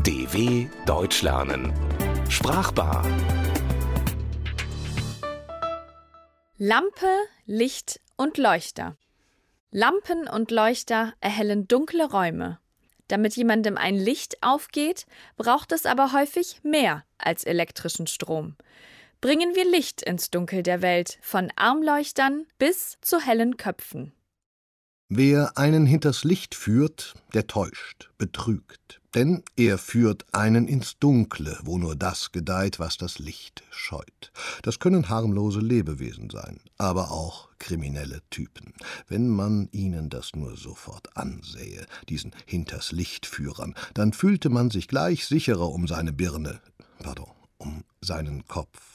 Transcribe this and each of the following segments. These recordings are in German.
DW Deutsch lernen. Sprachbar. Lampe, Licht und Leuchter. Lampen und Leuchter erhellen dunkle Räume. Damit jemandem ein Licht aufgeht, braucht es aber häufig mehr als elektrischen Strom. Bringen wir Licht ins Dunkel der Welt, von Armleuchtern bis zu hellen Köpfen. Wer einen hinters Licht führt, der täuscht, betrügt, denn er führt einen ins Dunkle, wo nur das gedeiht, was das Licht scheut. Das können harmlose Lebewesen sein, aber auch kriminelle Typen. Wenn man ihnen das nur sofort ansähe, diesen hinters Lichtführern, dann fühlte man sich gleich sicherer um seine Birne, um seinen Kopf.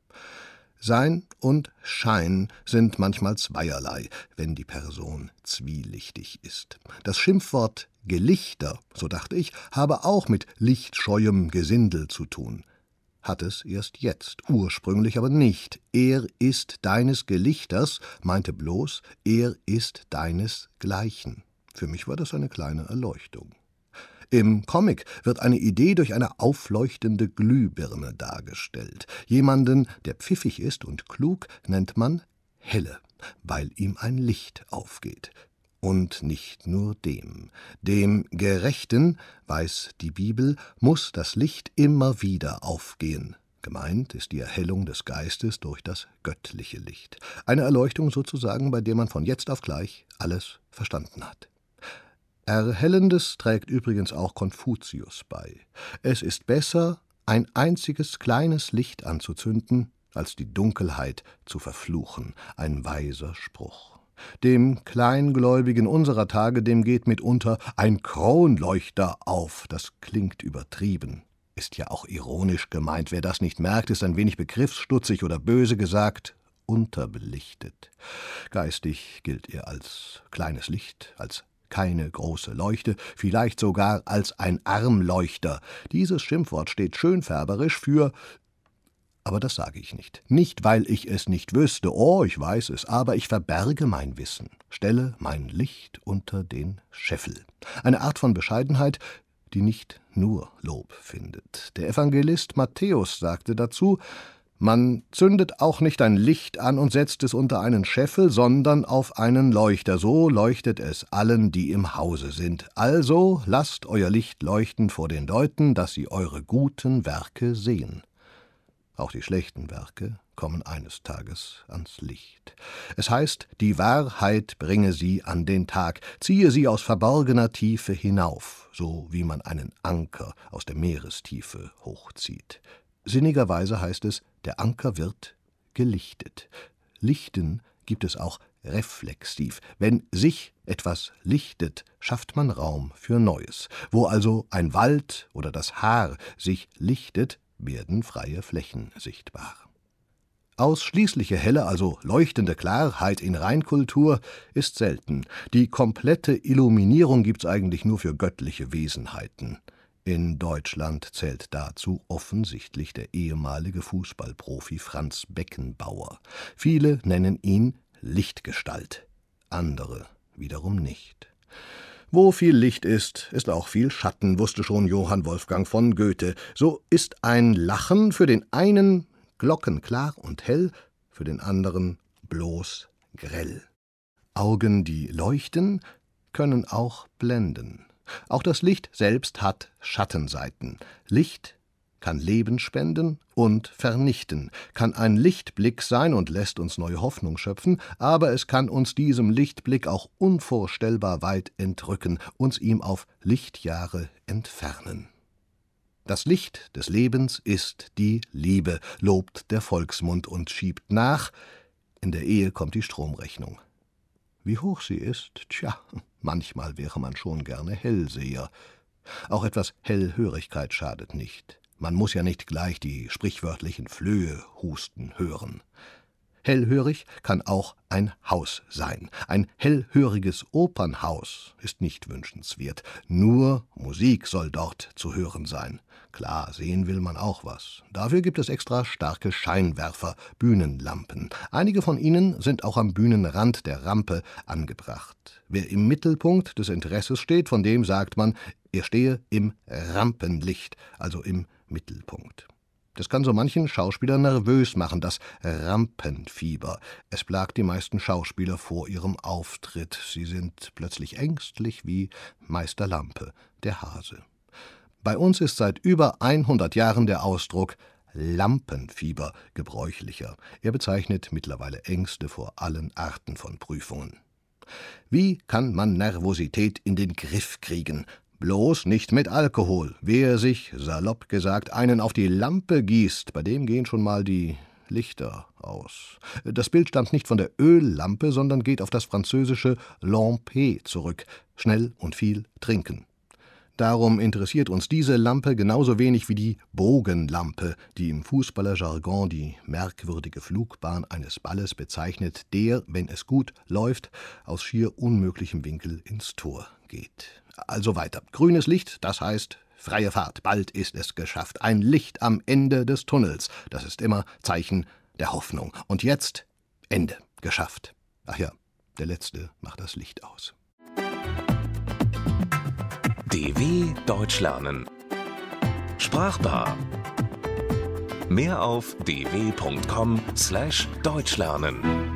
Sein und Schein sind manchmal zweierlei, wenn die Person zwielichtig ist. Das Schimpfwort Gelichter, so dachte ich, habe auch mit lichtscheuem Gesindel zu tun. Hat es erst jetzt, ursprünglich aber nicht. Er ist deines Gelichters, meinte bloß, er ist deinesgleichen. Für mich war das eine kleine Erleuchtung. Im Comic wird eine Idee durch eine aufleuchtende Glühbirne dargestellt. Jemanden, der pfiffig ist und klug, nennt man helle, weil ihm ein Licht aufgeht. Und nicht nur dem. Dem Gerechten, weiß die Bibel, muss das Licht immer wieder aufgehen. Gemeint ist die Erhellung des Geistes durch das göttliche Licht. Eine Erleuchtung sozusagen, bei der man von jetzt auf gleich alles verstanden hat. Erhellendes trägt übrigens auch Konfuzius bei. Es ist besser, ein einziges kleines Licht anzuzünden, als die Dunkelheit zu verfluchen, ein weiser Spruch. Dem Kleingläubigen unserer Tage, dem geht mitunter ein Kronleuchter auf. Das klingt übertrieben. Ist ja auch ironisch gemeint. Wer das nicht merkt, ist ein wenig begriffsstutzig oder böse gesagt unterbelichtet. Geistig gilt er als kleines Licht, als keine große Leuchte, vielleicht sogar als ein Armleuchter. Dieses Schimpfwort steht schönfärberisch für, aber das sage ich nicht. Nicht, weil ich es nicht wüsste, ich weiß es, aber ich verberge mein Wissen, stelle mein Licht unter den Scheffel. Eine Art von Bescheidenheit, die nicht nur Lob findet. Der Evangelist Matthäus sagte dazu: Man zündet auch nicht ein Licht an und setzt es unter einen Scheffel, sondern auf einen Leuchter. So leuchtet es allen, die im Hause sind. Also lasst euer Licht leuchten vor den Leuten, dass sie eure guten Werke sehen. Auch die schlechten Werke kommen eines Tages ans Licht. Es heißt, die Wahrheit bringe sie an den Tag, ziehe sie aus verborgener Tiefe hinauf, so wie man einen Anker aus der Meerestiefe hochzieht. Sinnigerweise heißt es, der Anker wird gelichtet. Lichten gibt es auch reflexiv. Wenn sich etwas lichtet, schafft man Raum für Neues. Wo also ein Wald oder das Haar sich lichtet, werden freie Flächen sichtbar. Ausschließliche helle, also leuchtende Klarheit in Reinkultur ist selten. Die komplette Illuminierung gibt's eigentlich nur für göttliche Wesenheiten. In Deutschland zählt dazu offensichtlich der ehemalige Fußballprofi Franz Beckenbauer. Viele nennen ihn Lichtgestalt, andere wiederum nicht. Wo viel Licht ist auch viel Schatten, wusste schon Johann Wolfgang von Goethe. So ist ein Lachen für den einen glockenklar und hell, für den anderen bloß grell. Augen, die leuchten, können auch blenden. Auch das Licht selbst hat Schattenseiten. Licht kann Leben spenden und vernichten, kann ein Lichtblick sein und lässt uns neue Hoffnung schöpfen, aber es kann uns diesem Lichtblick auch unvorstellbar weit entrücken, uns ihm auf Lichtjahre entfernen. Das Licht des Lebens ist die Liebe, lobt der Volksmund und schiebt nach, in der Ehe kommt die Stromrechnung. Wie hoch sie ist, manchmal wäre man schon gerne Hellseher. Auch etwas Hellhörigkeit schadet nicht. Man muss ja nicht gleich die sprichwörtlichen Flöhe husten hören. Hellhörig kann auch ein Haus sein. Ein hellhöriges Opernhaus ist nicht wünschenswert. Nur Musik soll dort zu hören sein. Klar, sehen will man auch was. Dafür gibt es extra starke Scheinwerfer, Bühnenlampen. Einige von ihnen sind auch am Bühnenrand der Rampe angebracht. Wer im Mittelpunkt des Interesses steht, von dem sagt man, er stehe im Rampenlicht, also im Mittelpunkt. Das kann so manchen Schauspieler nervös machen, das Rampenfieber. Es plagt die meisten Schauspieler vor ihrem Auftritt. Sie sind plötzlich ängstlich wie Meister Lampe, der Hase. Bei uns ist seit über 100 Jahren der Ausdruck Lampenfieber gebräuchlicher. Er bezeichnet mittlerweile Ängste vor allen Arten von Prüfungen. Wie kann man Nervosität in den Griff kriegen? Bloß nicht mit Alkohol. Wer sich, salopp gesagt, einen auf die Lampe gießt, bei dem gehen schon mal die Lichter aus. Das Bild stammt nicht von der Öllampe, sondern geht auf das französische lamper zurück. Schnell und viel trinken. Darum interessiert uns diese Lampe genauso wenig wie die Bogenlampe, die im Fußballerjargon die merkwürdige Flugbahn eines Balles bezeichnet, der, wenn es gut läuft, aus schier unmöglichem Winkel ins Tor geht. Also weiter. Grünes Licht, das heißt freie Fahrt. Bald ist es geschafft. Ein Licht am Ende des Tunnels. Das ist immer Zeichen der Hoffnung. Und jetzt Ende. Geschafft. Ach ja, der Letzte macht das Licht aus. DW Deutsch lernen. Sprachbar. Mehr auf dw.com/deutschlernen.